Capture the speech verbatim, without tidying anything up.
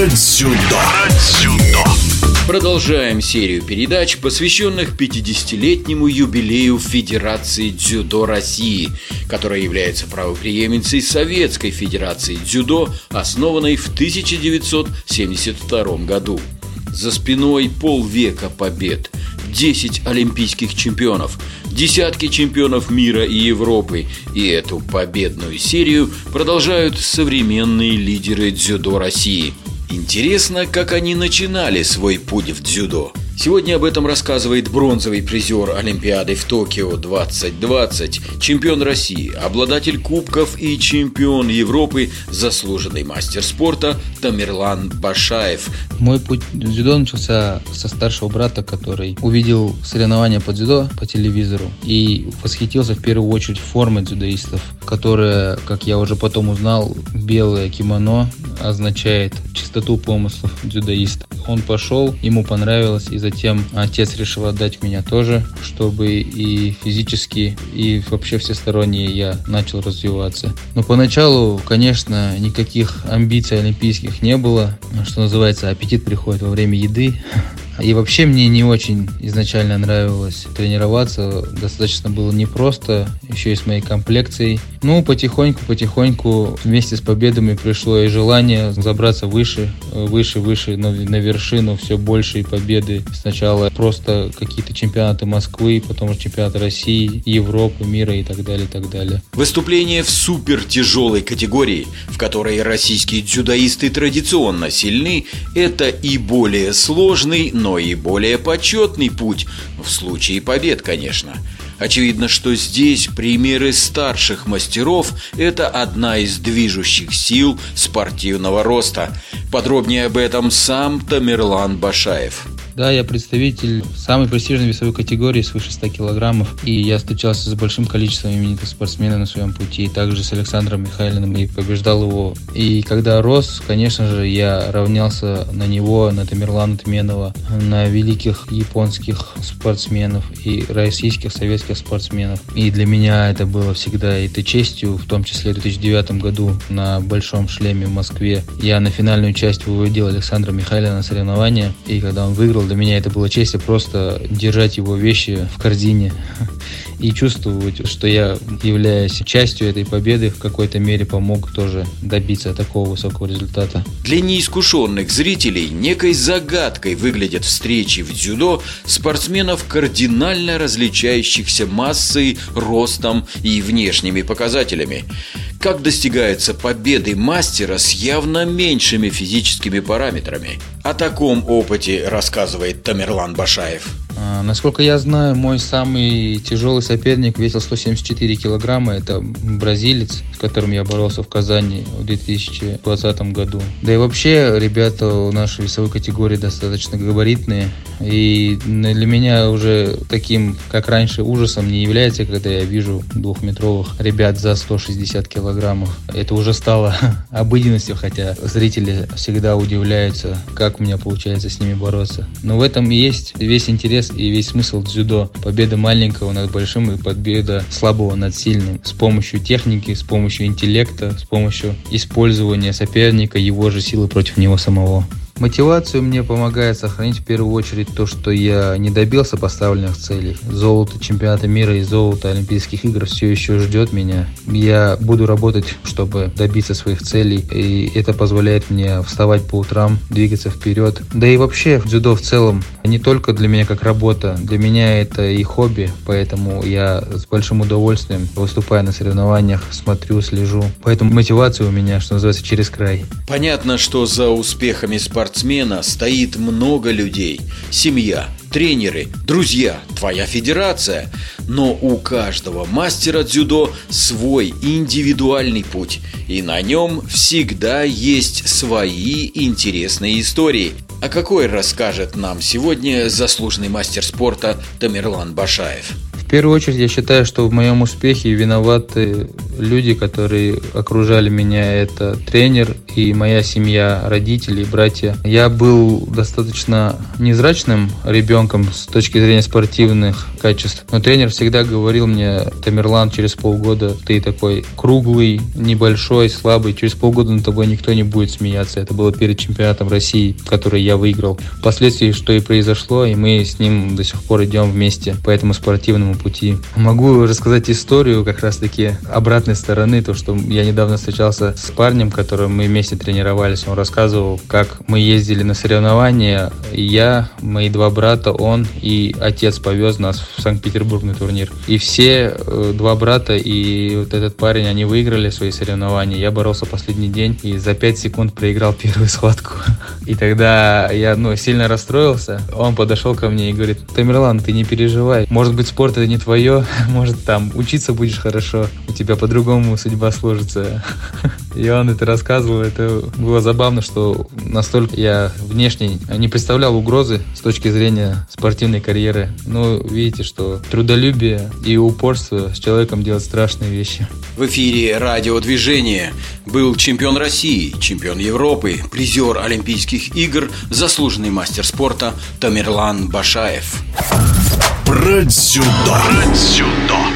Про дзюдо. Продолжаем серию передач, посвященных пятидесятилетнему юбилею Федерации дзюдо России, которая является правопреемницей Советской Федерации дзюдо, основанной в тысяча девятьсот семьдесят втором году. За спиной полвека побед, десять олимпийских чемпионов, десятки чемпионов мира и Европы. И эту победную серию продолжают современные лидеры дзюдо России. Интересно, как они начинали свой путь в дзюдо. Сегодня об этом рассказывает бронзовый призер Олимпиады в Токио двадцать двадцать, чемпион России, обладатель кубков и чемпион Европы, заслуженный мастер спорта Тамерлан Башаев. Мой путь в дзюдо начался со старшего брата, который увидел соревнования по дзюдо по телевизору и восхитился в первую очередь формой дзюдоистов, которая, как я уже потом узнал, белое кимоно означает чистоту помыслов дзюдоиста. Он пошел, ему понравилось, и затем отец решил отдать меня тоже, чтобы и физически, и вообще всесторонне я начал развиваться. Но поначалу, конечно, никаких амбиций олимпийских не было. Что называется, аппетит приходит во время еды. И вообще мне не очень изначально нравилось тренироваться. Достаточно было непросто, еще и с моей комплекцией. Ну, потихоньку-потихоньку вместе с победами пришло и желание забраться выше, выше, выше, на, на вершину, все большие победы. Сначала просто какие-то чемпионаты Москвы, потом уже чемпионаты России, Европы, мира и так далее, и так далее. Выступление в супертяжелой категории, в которой российские дзюдоисты традиционно сильны, это и более сложный, но и более почетный путь, в случае побед, конечно. Очевидно, что здесь примеры старших мастеров – это одна из движущих сил спортивного роста. Подробнее об этом сам Тамерлан Башаев. Да, я представитель самой престижной весовой категории свыше ста килограммов, и я встречался с большим количеством именитых спортсменов на своем пути, также с Александром Михайлиным, и побеждал его. И когда рос, конечно же, я равнялся на него, на Тамерлана Тменова, на великих японских спортсменов и российских, советских спортсменов. И для меня это было всегда и честью, в том числе в две тысячи девятом году на Большом шлеме в Москве. Я на финальную часть выводил Александра Михайлина на соревнования, и когда он выиграл, для меня это было честью просто держать его вещи в корзине и чувствовать, что я, являясь частью этой победы, в какой-то мере помог тоже добиться такого высокого результата. Для неискушенных зрителей некой загадкой выглядят встречи в дзюдо спортсменов, кардинально различающихся массой, ростом и внешними показателями. Как достигается победы мастера с явно меньшими физическими параметрами? О таком опыте рассказывает Тамерлан Башаев. А, насколько я знаю, мой самый тяжелый соперник весил сто семьдесят четыре килограмма. Это бразилец, с которым я боролся в Казани в две тысячи двадцатом году. Да и вообще ребята в нашей весовой категории достаточно габаритные. И для меня уже таким, как раньше, ужасом не является, когда я вижу двухметровых ребят за сто шестьдесят килограммов. Это уже стало обыденностью, хотя зрители всегда удивляются, как у меня получается с ними бороться. Но в этом и есть весь интерес и весь смысл дзюдо. Победа маленького над большим и победа слабого над сильным. С помощью техники, с помощью интеллекта, с помощью использования соперника, его же силы против него самого. Мотивацию мне помогает сохранить в первую очередь то, что я не добился поставленных целей. Золото чемпионата мира и золото Олимпийских игр все еще ждет меня. Я буду работать, чтобы добиться своих целей, и это позволяет мне вставать по утрам, двигаться вперед. Да и вообще дзюдо в целом не только для меня как работа, для меня это и хобби, поэтому я с большим удовольствием выступаю на соревнованиях, смотрю, слежу. Поэтому мотивация у меня, что называется, через край. Понятно, что за успехами спортсмена спортсмена стоит много людей. Семья, тренеры, друзья, твоя федерация. Но у каждого мастера дзюдо свой индивидуальный путь. И на нем всегда есть свои интересные истории. О какой расскажет нам сегодня заслуженный мастер спорта Тамерлан Башаев. В В первую очередь я считаю, что в моем успехе виноваты люди, которые окружали меня. Это тренер и моя семья, родители, братья. Я был достаточно невзрачным ребенком с точки зрения спортивных качеств, но тренер всегда говорил мне: Тамерлан, через полгода ты такой круглый, небольшой, слабый, через полгода над тобой никто не будет смеяться. Это было перед чемпионатом России, который я выиграл. Впоследствии что и произошло, и мы с ним до сих пор идем вместе по этому спортивному пути. Могу рассказать историю как раз-таки обратной стороны, то, что я недавно встречался с парнем, которым мы вместе тренировались. Он рассказывал, как мы ездили на соревнования, и я, мои два брата, он и отец повез нас в Санкт-Петербург на турнир. И все э, два брата и вот этот парень, они выиграли свои соревнования. Я боролся последний день и за пять секунд проиграл первую схватку. И тогда я ну, сильно расстроился. Он подошел ко мне и говорит: Тамерлан, ты не переживай. Может быть, спорт это не твое, может там учиться будешь хорошо, у тебя по-другому судьба сложится. И он это рассказывал. Это было забавно, что настолько я внешне не представлял угрозы с точки зрения спортивной карьеры. Но видите, что трудолюбие и упорство с человеком делают страшные вещи. В эфире радиодвижения был чемпион России, чемпион Европы, призер Олимпийских игр, заслуженный мастер спорта Тамерлан Башаев. Про дзюдо. Про дзюдо.